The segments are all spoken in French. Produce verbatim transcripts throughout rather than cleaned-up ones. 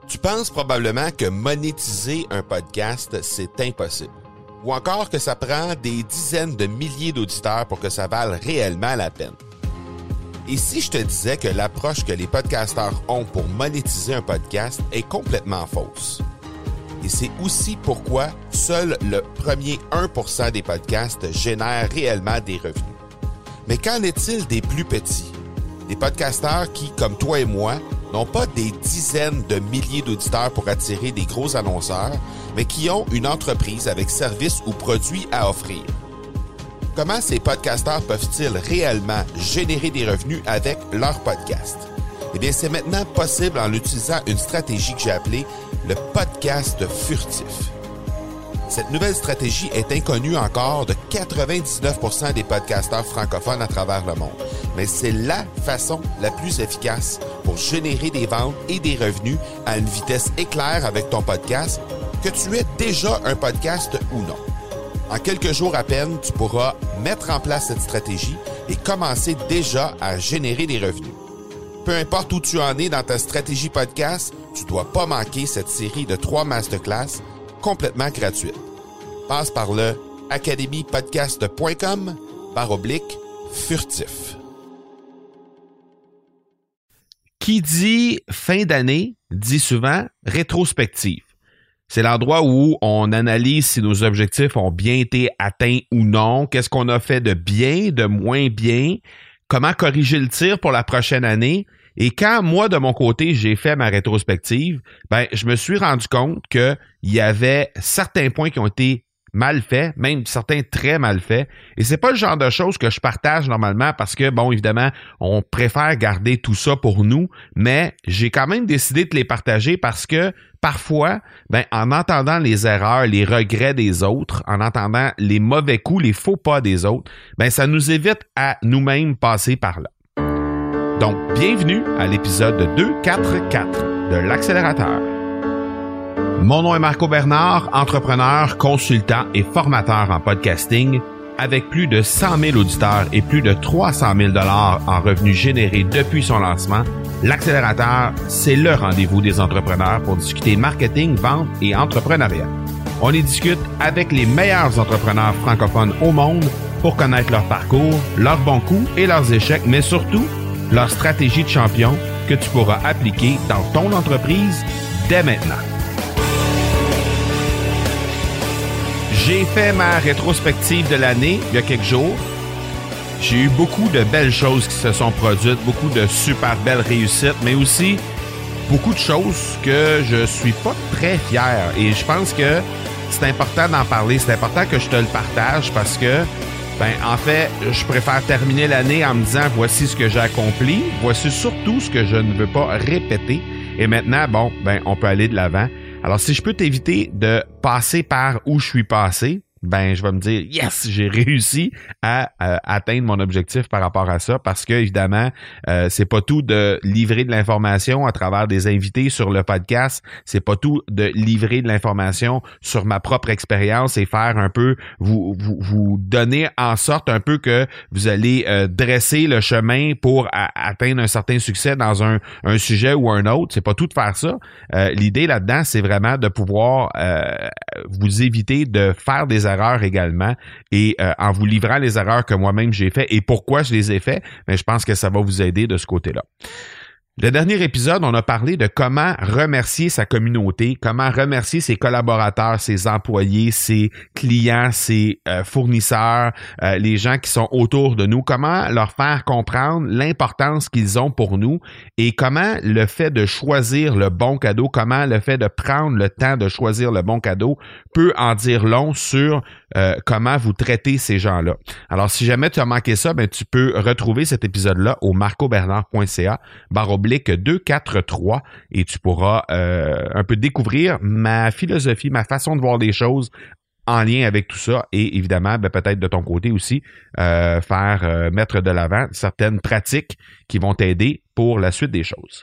Tu penses probablement que monétiser un podcast, c'est impossible. Ou encore que ça prend des dizaines de milliers d'auditeurs pour que ça vale réellement la peine. Et si je te disais que l'approche que les podcasteurs ont pour monétiser un podcast est complètement fausse? Et c'est aussi pourquoi seul le premier un pour cent des podcasts génèrent réellement des revenus. Mais qu'en est-il des plus petits? Des podcasteurs qui, comme toi et moi, n'ont pas des dizaines de milliers d'auditeurs pour attirer des gros annonceurs, mais qui ont une entreprise avec services ou produits à offrir. Comment ces podcasteurs peuvent-ils réellement générer des revenus avec leur podcast? Eh bien, c'est maintenant possible en utilisant une stratégie que j'ai appelée le podcast furtif. Cette nouvelle stratégie est inconnue encore de quatre-vingt-dix-neuf pour cent des podcasteurs francophones à travers le monde. Mais c'est la façon la plus efficace pour générer des ventes et des revenus à une vitesse éclair avec ton podcast, que tu aies déjà un podcast ou non. En quelques jours à peine, tu pourras mettre en place cette stratégie et commencer déjà à générer des revenus. Peu importe où tu en es dans ta stratégie podcast, tu ne dois pas manquer cette série de trois masterclass complètement gratuite. Passe par le academy podcast point com barre oblique furtif. Qui dit fin d'année dit souvent rétrospective. C'est l'endroit où on analyse si nos objectifs ont bien été atteints ou non, qu'est-ce qu'on a fait de bien, de moins bien, comment corriger le tir pour la prochaine année. Et quand moi, de mon côté, j'ai fait ma rétrospective, ben, je me suis rendu compte qu'il y avait certains points qui ont été mal faits, même certains très mal faits. Et c'est pas le genre de choses que je partage normalement parce que, bon, évidemment, on préfère garder tout ça pour nous, mais j'ai quand même décidé de les partager parce que parfois, ben, en entendant les erreurs, les regrets des autres, en entendant les mauvais coups, les faux pas des autres, ben, ça nous évite à nous-mêmes passer par là. Donc, bienvenue à l'épisode deux cent quarante-quatre de l'Accélérateur. Mon nom est Marco Bernard, entrepreneur, consultant et formateur en podcasting. Avec plus de cent mille auditeurs et plus de trois cent mille dollars en revenus générés depuis son lancement, l'Accélérateur, c'est le rendez-vous des entrepreneurs pour discuter marketing, vente et entrepreneuriat. On y discute avec les meilleurs entrepreneurs francophones au monde pour connaître leur parcours, leurs bons coups et leurs échecs, mais surtout, leur stratégie de champion que tu pourras appliquer dans ton entreprise dès maintenant. J'ai fait ma rétrospective de l'année il y a quelques jours. J'ai eu beaucoup de belles choses qui se sont produites, beaucoup de super belles réussites, mais aussi beaucoup de choses que je suis pas très fier. Et je pense que c'est important d'en parler, c'est important que je te le partage parce que Ben, en fait, je préfère terminer l'année en me disant voici ce que j'ai accompli, voici surtout ce que je ne veux pas répéter. Et maintenant, bon, ben, on peut aller de l'avant. Alors, si je peux t'éviter de passer par où je suis passé, ben, je vais me dire yes, j'ai réussi à euh, atteindre mon objectif par rapport à ça parce que, évidemment, euh, c'est pas tout de livrer de l'information à travers des invités sur le podcast. C'est pas tout de livrer de l'information sur ma propre expérience et faire un peu, vous, vous, vous donner en sorte un peu que vous allez euh, dresser le chemin pour a, atteindre un certain succès dans un, un sujet ou un autre. C'est pas tout de faire ça. Euh, l'idée là-dedans, c'est vraiment de pouvoir euh, vous éviter de faire des erreurs également et euh, en vous livrant les erreurs que moi-même j'ai fait et pourquoi je les ai fait, mais je pense que ça va vous aider de ce côté-là. Le dernier épisode, on a parlé de comment remercier sa communauté, comment remercier ses collaborateurs, ses employés, ses clients, ses euh, fournisseurs, euh, les gens qui sont autour de nous, comment leur faire comprendre l'importance qu'ils ont pour nous et comment le fait de choisir le bon cadeau, comment le fait de prendre le temps de choisir le bon cadeau peut en dire long sur euh, comment vous traitez ces gens-là. Alors, si jamais tu as manqué ça, ben tu peux retrouver cet épisode-là au marcobernard point c a barre oblique deux cent quarante-trois et tu pourras euh, un peu découvrir ma philosophie, ma façon de voir les choses en lien avec tout ça et évidemment, ben, peut-être de ton côté aussi, euh, faire euh, mettre de l'avant certaines pratiques qui vont t'aider pour la suite des choses.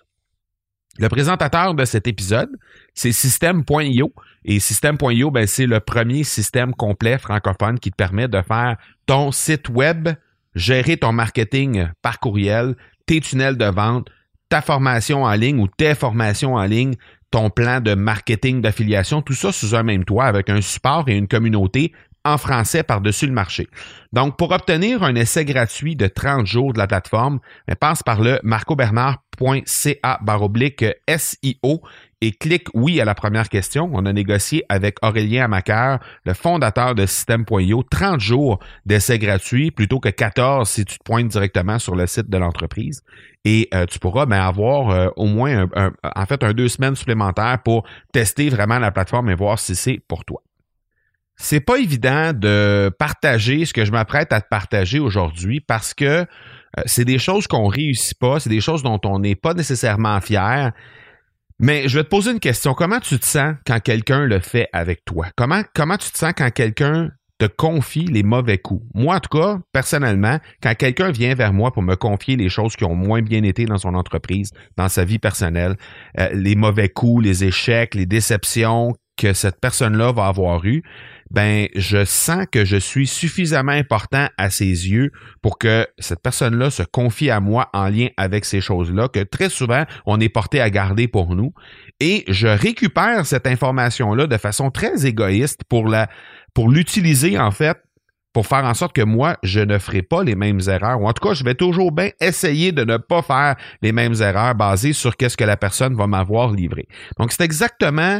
Le présentateur de cet épisode, c'est Système point i o. Et Système point i o, ben, c'est le premier système complet francophone qui te permet de faire ton site web, gérer ton marketing par courriel, tes tunnels de vente, ta formation en ligne ou tes formations en ligne, ton plan de marketing, d'affiliation, tout ça sous un même toit avec un support et une communauté en français par-dessus le marché. Donc, pour obtenir un essai gratuit de trente jours de la plateforme, passe par le marcobernard.ca barre oblique S I O et clique oui à la première question. On a négocié avec Aurélien Amaker, le fondateur de Système point i o, trente jours d'essai gratuit plutôt que quatorze si tu te pointes directement sur le site de l'entreprise. Et euh, tu pourras ben, avoir euh, au moins un, un, en fait un deux semaines supplémentaires pour tester vraiment la plateforme et voir si c'est pour toi. C'est pas évident de partager ce que je m'apprête à te partager aujourd'hui parce que euh, c'est des choses qu'on réussit pas, c'est des choses dont on n'est pas nécessairement fier. Mais je vais te poser une question. Comment tu te sens quand quelqu'un le fait avec toi? Comment, comment tu te sens quand quelqu'un te confie les mauvais coups? Moi, en tout cas, personnellement, quand quelqu'un vient vers moi pour me confier les choses qui ont moins bien été dans son entreprise, dans sa vie personnelle, euh, les mauvais coups, les échecs, les déceptions que cette personne-là va avoir eu, ben je sens que je suis suffisamment important à ses yeux pour que cette personne-là se confie à moi en lien avec ces choses-là que très souvent, on est porté à garder pour nous. Et je récupère cette information-là de façon très égoïste pour la pour l'utiliser, en fait, pour faire en sorte que moi, je ne ferai pas les mêmes erreurs. Ou en tout cas, je vais toujours bien essayer de ne pas faire les mêmes erreurs basées sur qu'est-ce que la personne va m'avoir livré. Donc, c'est exactement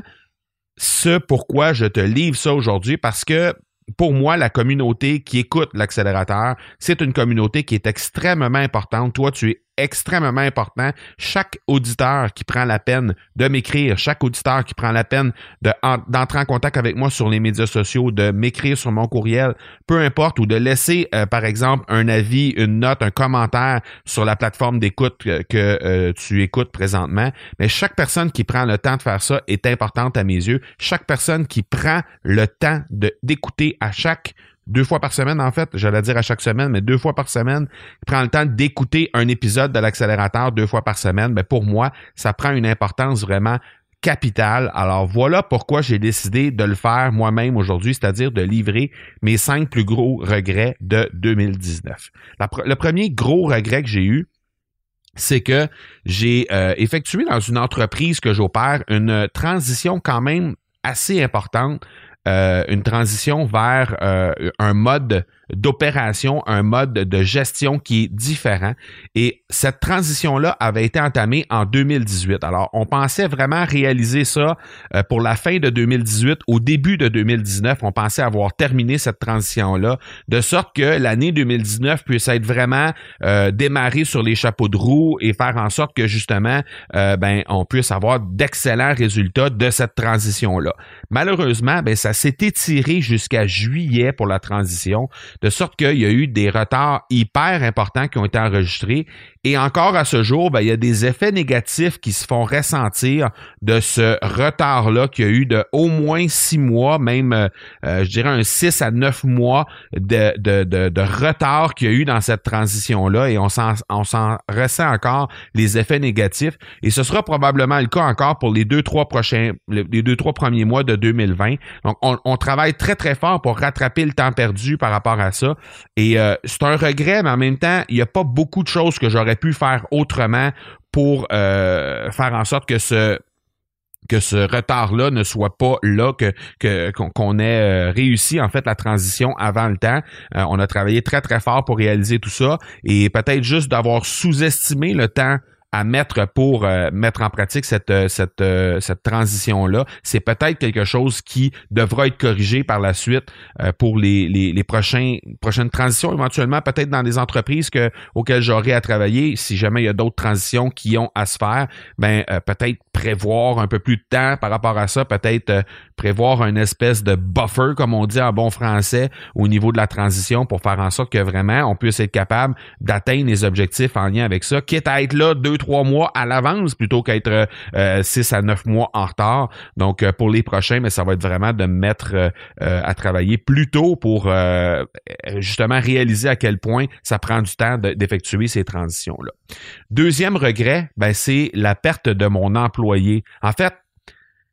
ce pourquoi je te livre ça aujourd'hui, parce que pour moi, la communauté qui écoute l'accélérateur, c'est une communauté qui est extrêmement importante. Toi, tu es extrêmement important. Chaque auditeur qui prend la peine de m'écrire, chaque auditeur qui prend la peine de, en, d'entrer en contact avec moi sur les médias sociaux, de m'écrire sur mon courriel, peu importe, ou de laisser, euh, par exemple, un avis, une note, un commentaire sur la plateforme d'écoute que, que euh, tu écoutes présentement. Mais chaque personne qui prend le temps de faire ça est importante à mes yeux. Chaque personne qui prend le temps de, d'écouter à chaque deux fois par semaine, en fait, j'allais dire à chaque semaine, mais deux fois par semaine, prend le temps d'écouter un épisode de l'accélérateur deux fois par semaine, mais pour moi, ça prend une importance vraiment capitale. Alors voilà pourquoi j'ai décidé de le faire moi-même aujourd'hui, c'est-à-dire de livrer mes cinq plus gros regrets de deux mille dix-neuf. La, le premier gros regret que j'ai eu, c'est que j'ai euh, effectué dans une entreprise que j'opère une transition quand même assez importante. Euh, une transition vers euh, un mode d'opération, un mode de gestion qui est différent. Et cette transition-là avait été entamée en deux mille dix-huit. Alors, on pensait vraiment réaliser ça euh, pour la fin de deux mille dix-huit. Au début de deux mille dix-neuf, on pensait avoir terminé cette transition-là, de sorte que l'année deux mille dix-neuf puisse être vraiment euh, démarrée sur les chapeaux de roue et faire en sorte que, justement, euh, ben, on puisse avoir d'excellents résultats de cette transition-là. Malheureusement, ben, ça s'est étiré jusqu'à juillet pour la transition, de sorte qu'il y a eu des retards hyper importants qui ont été enregistrés. Et encore à ce jour, ben, il y a des effets négatifs qui se font ressentir de ce retard-là qu'il y a eu de au moins six mois, même, euh, je dirais un six à neuf mois de, de, de, de retard qu'il y a eu dans cette transition-là. Et on s'en, on s'en ressent encore les effets négatifs. Et ce sera probablement le cas encore pour les deux, trois prochains, les deux, trois premiers mois de deux mille vingt. Donc, on, on travaille très, très fort pour rattraper le temps perdu par rapport à ça. Et euh, c'est un regret, mais en même temps, il n'y a pas beaucoup de choses que j'aurais pu faire autrement pour euh, faire en sorte que ce que ce retard-là ne soit pas là, que, que qu'on ait réussi en fait la transition avant le temps. Euh, on a travaillé très, très fort pour réaliser tout ça et peut-être juste d'avoir sous-estimé le temps à mettre pour euh, mettre en pratique cette cette euh, cette transition-là. C'est peut-être quelque chose qui devra être corrigé par la suite euh, pour les les, les prochains prochaines transitions, éventuellement peut-être dans des entreprises que auxquelles j'aurai à travailler. Si jamais il y a d'autres transitions qui ont à se faire, ben euh, peut-être prévoir un peu plus de temps par rapport à ça, peut-être euh, prévoir une espèce de buffer, comme on dit en bon français, au niveau de la transition pour faire en sorte que vraiment on puisse être capable d'atteindre les objectifs en lien avec ça, quitte à être là deux trois mois à l'avance plutôt qu'être euh, six à neuf mois en retard. Donc, euh, pour les prochains, mais ça va être vraiment de me mettre euh, à travailler plus tôt pour euh, justement réaliser à quel point ça prend du temps de, d'effectuer ces transitions-là. Deuxième regret, ben, c'est la perte de mon employé. En fait,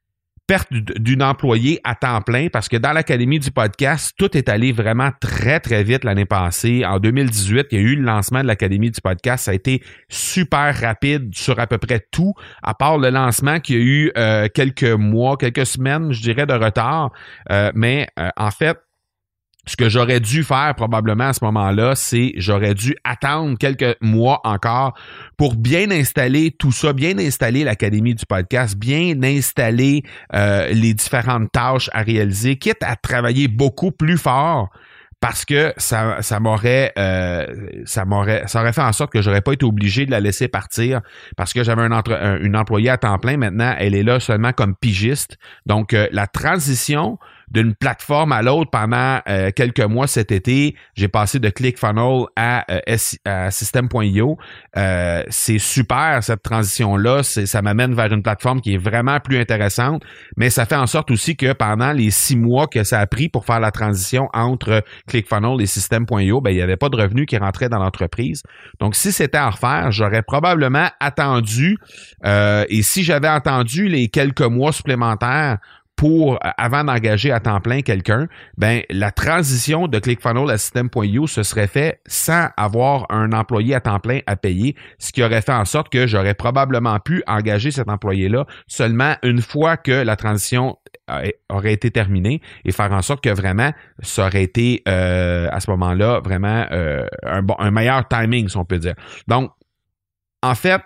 perte d'une employée à temps plein parce que dans l'Académie du podcast, tout est allé vraiment très, très vite l'année passée. En deux mille dix-huit, il y a eu le lancement de l'Académie du podcast. Ça a été super rapide sur à peu près tout, à part le lancement qui a eu euh, quelques mois, quelques semaines, je dirais, de retard. Euh, mais euh, en fait, ce que j'aurais dû faire probablement à ce moment-là, c'est j'aurais dû attendre quelques mois encore pour bien installer tout ça, bien installer l'Académie du podcast, bien installer euh, les différentes tâches à réaliser, quitte à travailler beaucoup plus fort parce que ça, ça m'aurait, euh, ça m'aurait, ça aurait fait en sorte que j'aurais pas été obligé de la laisser partir parce que j'avais un entre, un, une employée à temps plein. Maintenant, elle est là seulement comme pigiste. Donc, euh, la transition d'une plateforme à l'autre pendant euh, quelques mois cet été. J'ai passé de ClickFunnels à, euh, à System point i o. Euh, c'est super, cette transition-là. C'est, ça m'amène vers une plateforme qui est vraiment plus intéressante, mais ça fait en sorte aussi que pendant les six mois que ça a pris pour faire la transition entre ClickFunnels et System point i o, ben, il n'y avait pas de revenus qui rentraient dans l'entreprise. Donc, si c'était à refaire, j'aurais probablement attendu, euh, et si j'avais attendu les quelques mois supplémentaires pour, avant d'engager à temps plein quelqu'un, ben la transition de ClickFunnels à System point i o se serait fait sans avoir un employé à temps plein à payer, ce qui aurait fait en sorte que j'aurais probablement pu engager cet employé-là seulement une fois que la transition aurait été terminée et faire en sorte que vraiment, ça aurait été euh, à ce moment-là vraiment euh, un, bon, un meilleur timing, si on peut dire. Donc, en fait,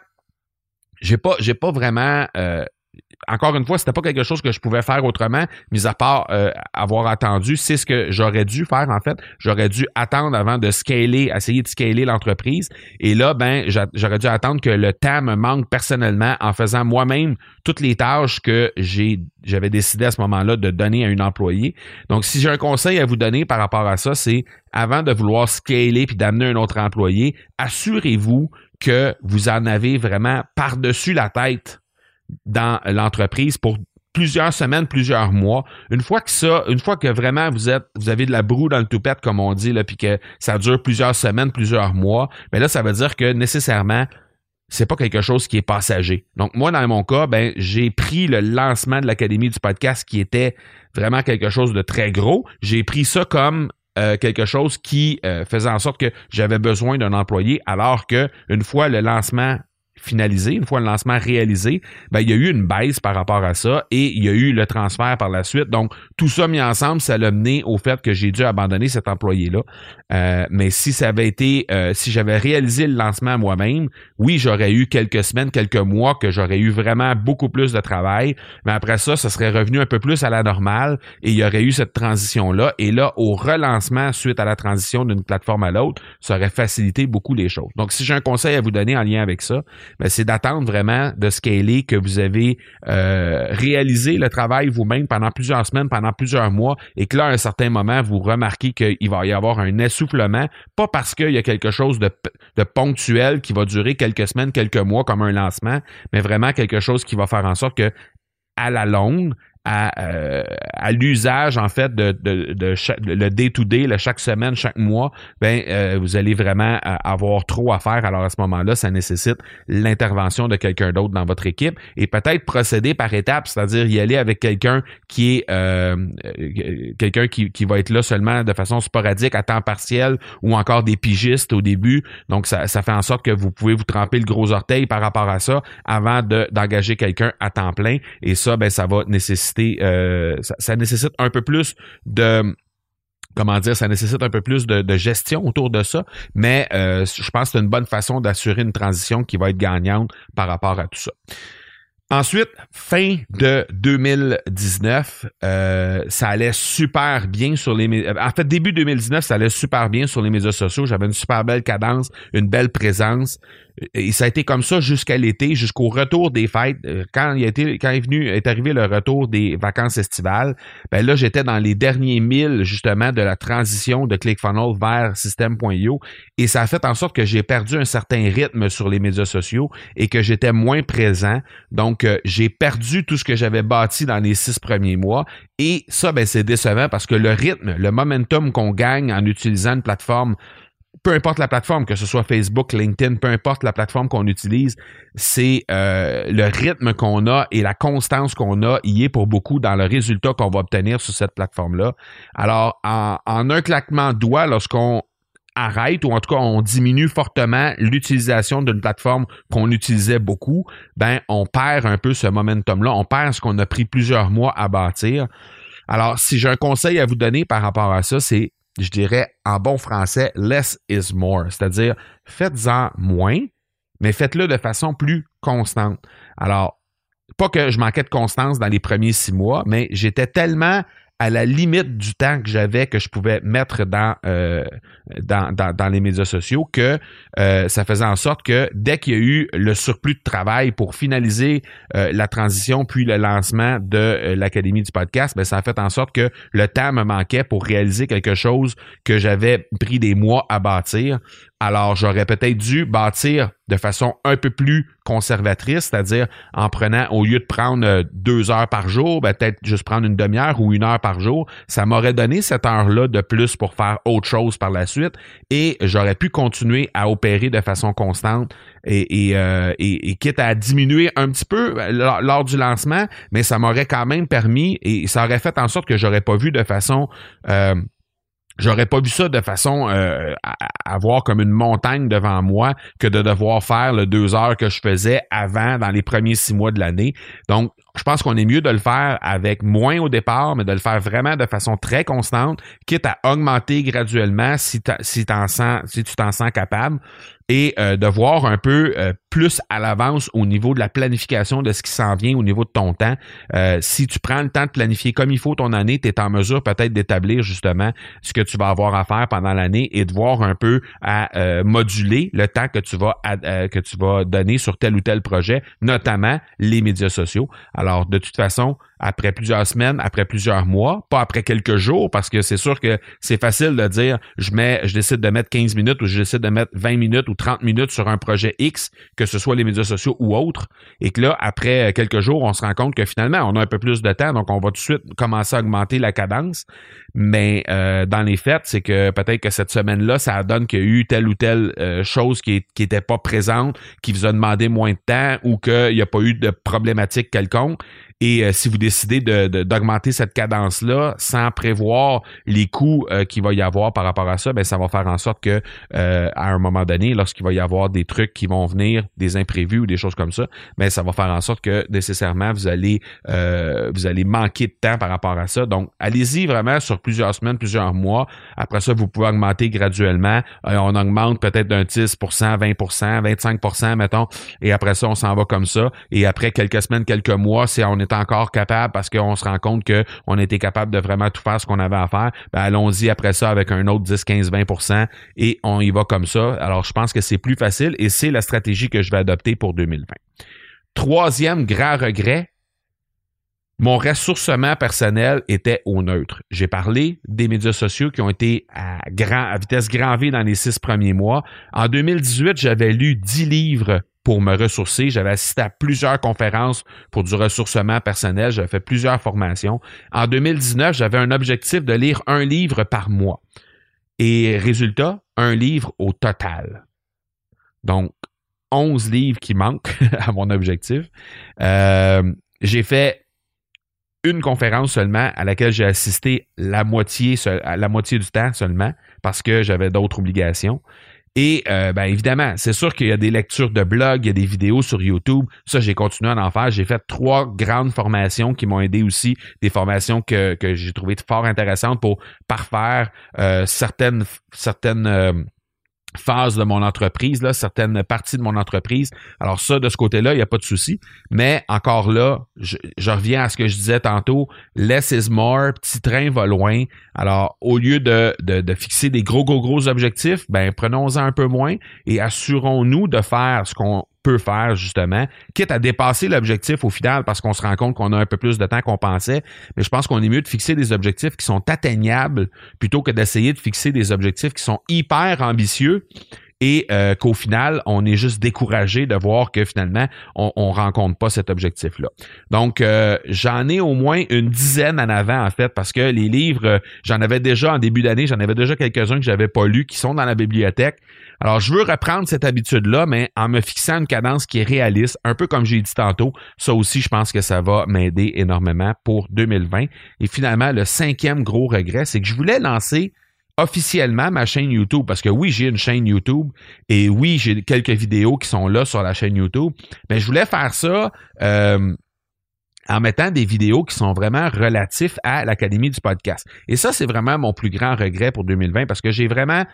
j'ai pas, j'ai pas vraiment... Euh, Encore une fois, c'était pas quelque chose que je pouvais faire autrement, mis à part euh, avoir attendu. C'est ce que j'aurais dû faire, en fait. J'aurais dû attendre avant de scaler, essayer de scaler l'entreprise. Et là, ben, j'aurais dû attendre que le temps me manque personnellement en faisant moi-même toutes les tâches que j'ai, j'avais décidé à ce moment-là de donner à une employée. Donc, si j'ai un conseil à vous donner par rapport à ça, c'est avant de vouloir scaler puis d'amener un autre employé, assurez-vous que vous en avez vraiment par-dessus la tête dans l'entreprise pour plusieurs semaines, plusieurs mois. Une fois que ça, une fois que vraiment vous êtes, vous avez de la broue dans le toupette, comme on dit, là, puis que ça dure plusieurs semaines, plusieurs mois, ben là, ça veut dire que nécessairement, c'est pas quelque chose qui est passager. Donc, moi, dans mon cas, ben, j'ai pris le lancement de l'Académie du podcast qui était vraiment quelque chose de très gros. J'ai pris ça comme Euh, quelque chose qui euh, faisait en sorte que j'avais besoin d'un employé, alors que une fois le lancement finalisé, une fois le lancement réalisé, ben, il y a eu une baisse par rapport à ça et il y a eu le transfert par la suite. Donc, tout ça mis ensemble, ça l'a mené au fait que j'ai dû abandonner cet employé-là. Euh, mais si ça avait été, euh, si j'avais réalisé le lancement moi-même, oui, j'aurais eu quelques semaines, quelques mois que j'aurais eu vraiment beaucoup plus de travail. Mais après ça, ça serait revenu un peu plus à la normale et il y aurait eu cette transition-là. Et là, au relancement suite à la transition d'une plateforme à l'autre, ça aurait facilité beaucoup les choses. Donc, si j'ai un conseil à vous donner en lien avec ça, ben, c'est d'attendre vraiment de scaler, que vous avez euh, réalisé le travail vous-même pendant plusieurs semaines, pendant plusieurs mois, et que là, à un certain moment, vous remarquez qu'il va y avoir un essoufflement, pas parce qu'il y a quelque chose de, de ponctuel qui va durer quelques semaines, quelques mois comme un lancement, mais vraiment quelque chose qui va faire en sorte que, à la longue, à, euh, à l'usage, en fait, de, de, de chaque, le day-to-day, le chaque semaine, chaque mois, ben euh, vous allez vraiment avoir trop à faire. Alors, à ce moment-là, ça nécessite l'intervention de quelqu'un d'autre dans votre équipe et peut-être procéder par étapes, c'est-à-dire y aller avec quelqu'un qui est euh, quelqu'un qui, qui va être là seulement de façon sporadique, à temps partiel, ou encore des pigistes au début. Donc, ça, ça fait en sorte que vous pouvez vous tremper le gros orteil par rapport à ça avant de, d'engager quelqu'un à temps plein. Et ça, ben ça va nécessiter Euh, ça, ça nécessite un peu plus de comment dire, ça nécessite un peu plus de, de gestion autour de ça, mais euh, je pense que c'est une bonne façon d'assurer une transition qui va être gagnante par rapport à tout ça. Ensuite, fin de deux mille dix-neuf, euh, ça allait super bien sur les médias. En fait, début deux mille dix-neuf, ça allait super bien sur les médias sociaux. J'avais une super belle cadence, une belle présence. Et ça a été comme ça jusqu'à l'été, jusqu'au retour des fêtes. Quand il a été, quand est venu, est arrivé le retour des vacances estivales, ben là, j'étais dans les derniers milles, justement, de la transition de ClickFunnels vers System point i o. Et ça a fait en sorte que j'ai perdu un certain rythme sur les médias sociaux et que j'étais moins présent. Donc, euh, j'ai perdu tout ce que j'avais bâti dans les six premiers mois. Et ça, ben, c'est décevant parce que le rythme, le momentum qu'on gagne en utilisant une plateforme peu importe la plateforme, que ce soit Facebook, LinkedIn, peu importe la plateforme qu'on utilise, c'est euh, le rythme qu'on a et la constance qu'on a y est pour beaucoup dans le résultat qu'on va obtenir sur cette plateforme-là. Alors, en, en un claquement de doigts, lorsqu'on arrête ou en tout cas on diminue fortement l'utilisation d'une plateforme qu'on utilisait beaucoup, ben on perd un peu ce momentum-là, on perd ce qu'on a pris plusieurs mois à bâtir. Alors, si j'ai un conseil à vous donner par rapport à ça, c'est, je dirais en bon français, less is more, c'est-à-dire faites-en moins, mais faites-le de façon plus constante. Alors, pas que je manquais de constance dans les premiers six mois, mais j'étais tellement à la limite du temps que j'avais, que je pouvais mettre dans, euh, dans, dans, dans les médias sociaux, que euh, ça faisait en sorte que dès qu'il y a eu le surplus de travail pour finaliser euh, la transition puis le lancement de euh, l'Académie du podcast, ben ça a fait en sorte que le temps me manquait pour réaliser quelque chose que j'avais pris des mois à bâtir. Alors, j'aurais peut-être dû bâtir de façon un peu plus conservatrice, c'est-à-dire en prenant, au lieu de prendre deux heures par jour, ben, peut-être juste prendre une demi-heure ou une heure par jour. Ça m'aurait donné cette heure-là de plus pour faire autre chose par la suite et j'aurais pu continuer à opérer de façon constante et, et, euh, et, et quitte à diminuer un petit peu lors, lors du lancement, mais ça m'aurait quand même permis et ça aurait fait en sorte que j'aurais pas vu de façon... Euh, J'aurais pas vu ça de façon euh, à, à voir comme une montagne devant moi que de devoir faire le deux heures que je faisais avant dans les premiers six mois de l'année. Donc, je pense qu'on est mieux de le faire avec moins au départ, mais de le faire vraiment de façon très constante, quitte à augmenter graduellement si, si, t'en sens, si tu t'en sens capable. Et euh, de voir un peu euh, plus à l'avance au niveau de la planification de ce qui s'en vient au niveau de ton temps. Euh, si tu prends le temps de planifier comme il faut ton année, tu es en mesure peut-être d'établir justement ce que tu vas avoir à faire pendant l'année et de voir un peu à euh, moduler le temps que tu vas euh, que tu vas donner sur tel ou tel projet, notamment les médias sociaux. Alors, de toute façon, après plusieurs semaines, après plusieurs mois, pas après quelques jours, parce que c'est sûr que c'est facile de dire je mets, je décide de mettre quinze minutes ou je décide de mettre vingt minutes ou trente minutes sur un projet X, que ce soit les médias sociaux ou autres, et que là, après quelques jours, on se rend compte que finalement, on a un peu plus de temps, donc on va tout de suite commencer à augmenter la cadence. Mais euh, dans les faits, c'est que peut-être que cette semaine-là, ça donne qu'il y a eu telle ou telle euh, chose qui est, qui était pas présente, qui vous a demandé moins de temps ou qu'il n'y a pas eu de problématique quelconque. Et euh, si vous décidez de, de, d'augmenter cette cadence-là sans prévoir les coûts euh, qu'il va y avoir par rapport à ça, ben ça va faire en sorte que euh, à un moment donné, lorsqu'il va y avoir des trucs qui vont venir, des imprévus ou des choses comme ça, ben ça va faire en sorte que nécessairement vous allez euh, vous allez manquer de temps par rapport à ça. Donc, allez-y vraiment sur plusieurs semaines, plusieurs mois. Après ça, vous pouvez augmenter graduellement. Euh, on augmente peut-être d'un dix pour cent, vingt pour cent, vingt-cinq pour cent, mettons, et après ça, on s'en va comme ça. Et après quelques semaines, quelques mois, si on est encore capable parce qu'on se rend compte qu'on était capable de vraiment tout faire ce qu'on avait à faire, ben allons-y après ça avec un autre dix, quinze, vingt pour cent et on y va comme ça. Alors, je pense que c'est plus facile et c'est la stratégie que je vais adopter pour deux mille vingt. Troisième grand regret, mon ressourcement personnel était au neutre. J'ai parlé des médias sociaux qui ont été à, grand, à vitesse grand V dans les six premiers mois. En deux mille dix-huit, j'avais lu dix livres pour me ressourcer. J'avais assisté à plusieurs conférences pour du ressourcement personnel. J'avais fait plusieurs formations. En deux mille dix-neuf, j'avais un objectif de lire un livre par mois. Et résultat, un livre au total. Donc, onze livres qui manquent à mon objectif. Euh, j'ai fait une conférence seulement à laquelle j'ai assisté la moitié, à la moitié du temps seulement parce que j'avais d'autres obligations. Et euh, ben évidemment, c'est sûr qu'il y a des lectures de blogs, il y a des vidéos sur YouTube. Ça, j'ai continué à en faire. J'ai fait trois grandes formations qui m'ont aidé aussi, des formations que, que j'ai trouvées fort intéressantes pour parfaire euh, certaines certaines euh, phases de mon entreprise, là, certaines parties de mon entreprise. Alors ça, de ce côté-là, il n'y a pas de souci. Mais encore là, je, je reviens à ce que je disais tantôt, less is more, petit train va loin. Alors, au lieu de, de, de fixer des gros, gros, gros objectifs, ben prenons-en un peu moins et assurons-nous de faire ce qu'on peut faire, justement, quitte à dépasser l'objectif au final parce qu'on se rend compte qu'on a un peu plus de temps qu'on pensait. Mais je pense qu'on est mieux de fixer des objectifs qui sont atteignables plutôt que d'essayer de fixer des objectifs qui sont hyper ambitieux et euh, qu'au final, on est juste découragé de voir que finalement, on ne rencontre pas cet objectif-là. Donc, euh, j'en ai au moins une dizaine en avant, en fait, parce que les livres, euh, j'en avais déjà en début d'année, j'en avais déjà quelques-uns que j'avais pas lus, qui sont dans la bibliothèque. Alors, je veux reprendre cette habitude-là, mais en me fixant une cadence qui est réaliste, un peu comme j'ai dit tantôt. Ça aussi, je pense que ça va m'aider énormément pour deux mille vingt. Et finalement, le cinquième gros regret, c'est que je voulais lancer officiellement ma chaîne YouTube, parce que oui, j'ai une chaîne YouTube et oui, j'ai quelques vidéos qui sont là sur la chaîne YouTube, mais je voulais faire ça euh, en mettant des vidéos qui sont vraiment relatifs à l'Académie du podcast. Et ça, c'est vraiment mon plus grand regret pour deux mille vingt, parce que j'ai vraiment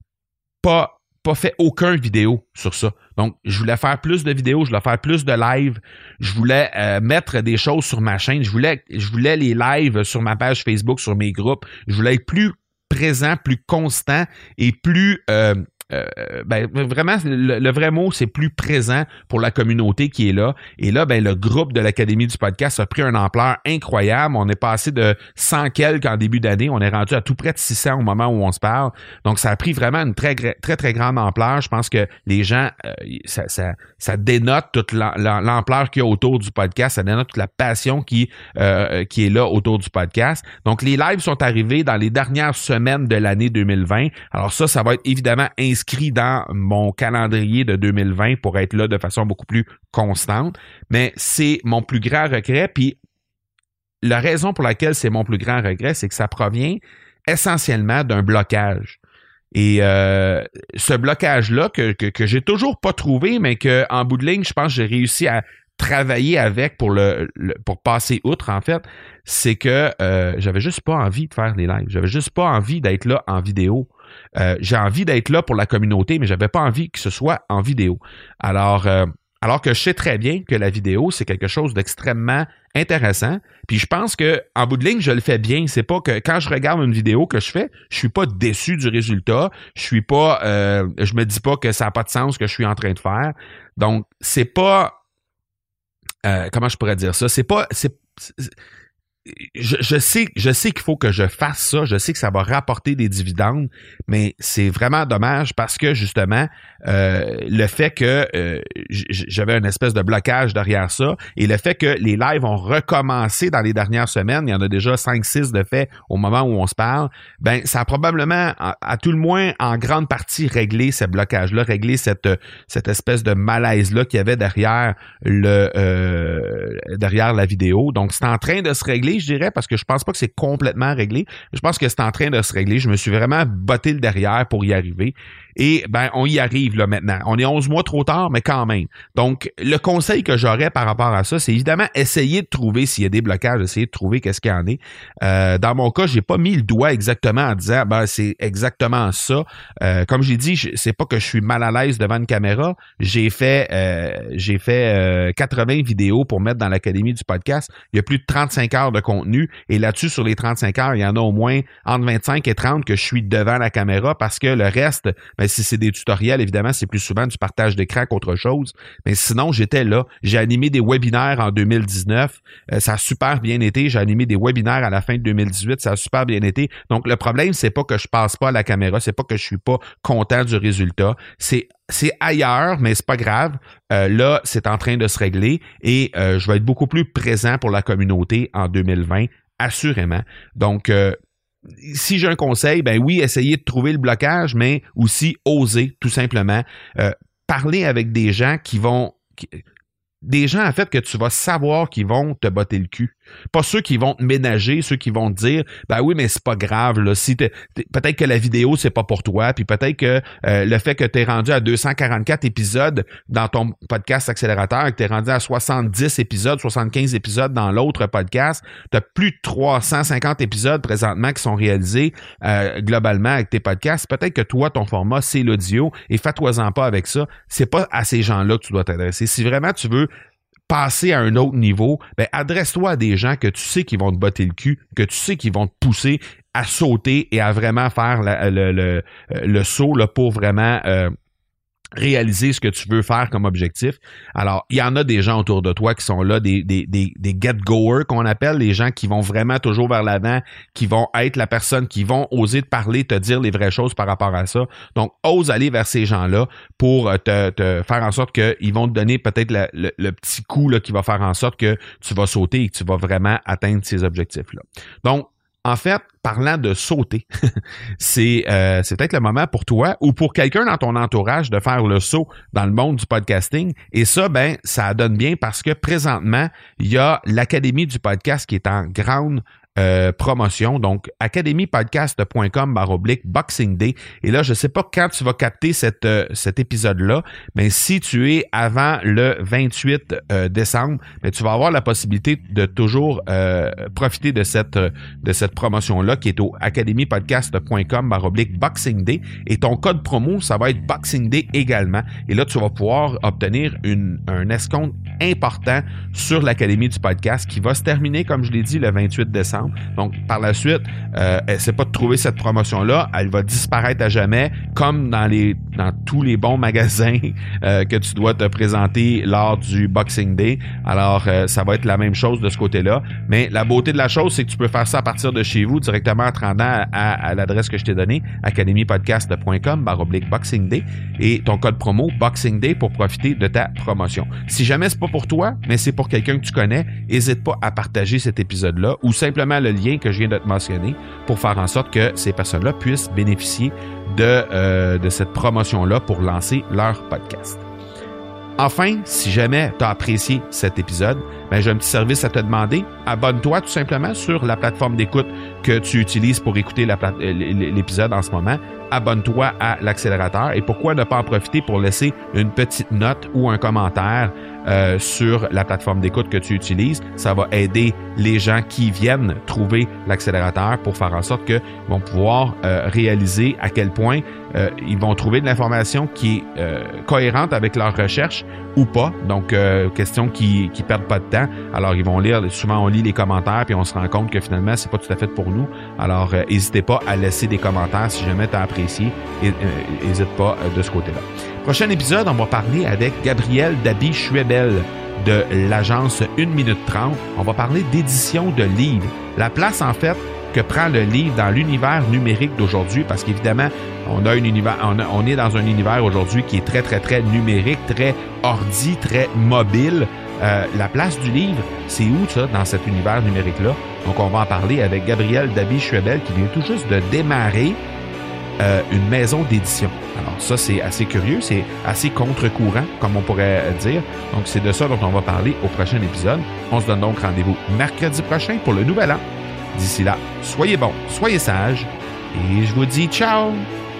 pas pas fait aucun vidéo sur ça. Donc, je voulais faire plus de vidéos, je voulais faire plus de live, je voulais euh, mettre des choses sur ma chaîne, je voulais, je voulais les lives sur ma page Facebook, sur mes groupes, je voulais être plus présent, plus constant et plus... Euh, Euh, ben, vraiment, le, le vrai mot, c'est plus présent pour la communauté qui est là. Et là, ben, le groupe de l'Académie du podcast a pris une ampleur incroyable. On est passé de cent quelques en début d'année. On est rendu à tout près de six cents au moment où on se parle. Donc, ça a pris vraiment une très, très, très grande ampleur. Je pense que les gens, euh, ça, ça, ça dénote toute l'ampleur qu'il y a autour du podcast. Ça dénote toute la passion qui, euh, qui est là autour du podcast. Donc, les lives sont arrivés dans les dernières semaines de l'année deux mille vingt. Alors ça, ça va être évidemment inscrit inscrit dans mon calendrier de deux mille vingt pour être là de façon beaucoup plus constante. Mais c'est mon plus grand regret. Puis la raison pour laquelle c'est mon plus grand regret, c'est que ça provient essentiellement d'un blocage. Et euh, ce blocage-là que, que, que j'ai toujours pas trouvé, mais que en bout de ligne, je pense que j'ai réussi à travailler avec pour le, le pour passer outre, en fait, c'est que euh, j'avais juste pas envie de faire des lives. J'avais juste pas envie d'être là en vidéo. Euh, j'ai envie d'être là pour la communauté, mais j'avais pas envie que ce soit en vidéo. Alors, euh, alors que je sais très bien que la vidéo, c'est quelque chose d'extrêmement intéressant. Puis je pense que en bout de ligne, je le fais bien. C'est pas que quand je regarde une vidéo que je fais, je suis pas déçu du résultat. Je suis pas, euh, je me dis pas que ça n'a pas de sens ce que je suis en train de faire. Donc, c'est pas, euh, comment je pourrais dire ça? C'est pas, c'est, c'est Je, je sais, je sais qu'il faut que je fasse ça, je sais que ça va rapporter des dividendes, mais c'est vraiment dommage parce que justement, euh, le fait que euh, j'avais une espèce de blocage derrière ça et le fait que les lives ont recommencé dans les dernières semaines, il y en a déjà cinq six de fait au moment où on se parle, ben ça a probablement, à, à tout le moins, en grande partie réglé ce blocage-là, réglé cette, cette espèce de malaise-là qu'il y avait derrière le euh, derrière la vidéo. Donc, c'est en train de se régler, je dirais, parce que je pense pas que c'est complètement réglé. Je pense que c'est en train de se régler. Je me suis vraiment botté le derrière pour y arriver. Et ben, on y arrive là maintenant. On est onze mois trop tard, mais quand même. Donc, le conseil que j'aurais par rapport à ça, c'est évidemment essayer de trouver s'il y a des blocages, essayer de trouver qu'est-ce qu'il y en est. Euh, dans mon cas, j'ai pas mis le doigt exactement en disant ben c'est exactement ça. Euh, comme j'ai dit, c'est pas que je suis mal à l'aise devant une caméra. J'ai fait euh, j'ai fait euh, quatre-vingts vidéos pour mettre dans l'Académie du podcast. Il y a plus de trente-cinq heures de contenu. Et là-dessus, sur les trente-cinq heures, il y en a au moins entre vingt-cinq et trente que je suis devant la caméra parce que le reste, ben, si c'est des tutoriels, évidemment, c'est plus souvent du partage d'écran qu'autre chose. Mais sinon, j'étais là. J'ai animé des webinaires en deux mille dix-neuf. Euh, ça a super bien été. J'ai animé des webinaires à la fin de deux mille dix-huit. Ça a super bien été. Donc, le problème, c'est pas que je passe pas à la caméra. C'est pas que je suis pas content du résultat. C'est C'est ailleurs, mais c'est pas grave. Euh, là, c'est en train de se régler et euh, je vais être beaucoup plus présent pour la communauté en deux mille vingt, assurément. Donc, euh, si j'ai un conseil, ben oui, essayez de trouver le blocage, mais aussi oser, tout simplement. Euh, parler avec des gens qui vont... Qui, des gens, en fait, que tu vas savoir qu'ils vont te botter le cul. Pas ceux qui vont te ménager, ceux qui vont te dire ben oui, mais c'est pas grave, là. Si t'es, t'es, peut-être que la vidéo, c'est pas pour toi, puis peut-être que euh, le fait que tu es rendu à deux cent quarante-quatre épisodes dans ton podcast accélérateur, que tu es rendu à soixante-dix épisodes, soixante-quinze épisodes dans l'autre podcast, tu as plus de trois cent cinquante épisodes présentement qui sont réalisés euh, globalement avec tes podcasts. Peut-être que toi, ton format, c'est l'audio, et fais-toi-en pas avec ça. C'est pas à ces gens-là que tu dois t'adresser. Si vraiment tu veux passer à un autre niveau, ben adresse-toi à des gens que tu sais qui vont te botter le cul, que tu sais qui vont te pousser à sauter et à vraiment faire la, le, le, le saut là, pour vraiment euh, réaliser ce que tu veux faire comme objectif. Alors, il y en a des gens autour de toi qui sont là, des, des, des, des get-goers qu'on appelle, les gens qui vont vraiment toujours vers l'avant, qui vont être la personne, qui vont oser te parler, te dire les vraies choses par rapport à ça. Donc, ose aller vers ces gens-là pour te, te faire en sorte qu'ils vont te donner peut-être le, le, le petit coup là, qui va faire en sorte que tu vas sauter et que tu vas vraiment atteindre ces objectifs-là. Donc, en fait, parlant de sauter, c'est euh, c'est peut-être le moment pour toi ou pour quelqu'un dans ton entourage de faire le saut dans le monde du podcasting. Et ça, ben, ça donne bien parce que présentement, il y a l'Académie du podcast qui est en grande Euh, promotion, donc academy podcast point com barre oblique Boxing Day. Et là, je ne sais pas quand tu vas capter cette, euh, cet épisode-là, mais si tu es avant le vingt-huit euh, décembre, mais tu vas avoir la possibilité de toujours euh, profiter de cette, euh, de cette promotion-là qui est au academy podcast point com barre oblique Boxing Day. Et ton code promo, ça va être Boxing Day également. Et là, tu vas pouvoir obtenir une, un escompte important sur l'Académie du podcast qui va se terminer, comme je l'ai dit, le vingt-huit décembre. Donc, par la suite, euh, essaie pas de trouver cette promotion-là. Elle va disparaître à jamais, comme dans les dans tous les bons magasins euh, que tu dois te présenter lors du Boxing Day. Alors, euh, ça va être la même chose de ce côté-là. Mais la beauté de la chose, c'est que tu peux faire ça à partir de chez vous, directement en te rendant à, à, à l'adresse que je t'ai donnée, academy podcast point com barre oblique Boxing Day, et ton code promo Boxing Day pour profiter de ta promotion. Si jamais c'est pas pour toi, mais c'est pour quelqu'un que tu connais, n'hésite pas à partager cet épisode-là ou simplement le lien que je viens de te mentionner pour faire en sorte que ces personnes-là puissent bénéficier de, euh, de cette promotion-là pour lancer leur podcast. Enfin, si jamais tu as apprécié cet épisode, ben, j'ai un petit service à te demander. Abonne-toi tout simplement sur la plateforme d'écoute que tu utilises pour écouter la plate- l'épisode en ce moment. Abonne-toi à l'accélérateur. Et pourquoi ne pas en profiter pour laisser une petite note ou un commentaire euh, sur la plateforme d'écoute que tu utilises? Ça va aider les gens qui viennent trouver l'accélérateur pour faire en sorte qu'ils vont pouvoir euh, réaliser à quel point euh, ils vont trouver de l'information qui est euh, cohérente avec leur recherche ou pas. Donc, euh, question qui qui perdent pas de temps. Alors, ils vont lire, souvent on lit les commentaires puis on se rend compte que finalement, c'est pas tout à fait pour nous. Alors, euh, n'hésitez pas à laisser des commentaires si jamais tu as apprécié. Et n'hésite euh, pas euh, de ce côté-là. Prochain épisode, on va parler avec Gabriel Dabi-Schwebel de l'agence une minute trente. On va parler d'édition de livres. La place, en fait, que prend le livre dans l'univers numérique d'aujourd'hui, parce qu'évidemment, on a un univers, on, a, on est dans un univers aujourd'hui qui est très, très, très numérique, très ordi, très mobile. Euh, la place du livre, c'est où ça, dans cet univers numérique-là? Donc, on va en parler avec Gabriel Dabi-Schwebel qui vient tout juste de démarrer euh, une maison d'édition. Alors, ça, c'est assez curieux, c'est assez contre-courant, comme on pourrait dire. Donc, c'est de ça dont on va parler au prochain épisode. On se donne donc rendez-vous mercredi prochain pour le nouvel an. D'ici là, soyez bons, soyez sages, et je vous dis ciao!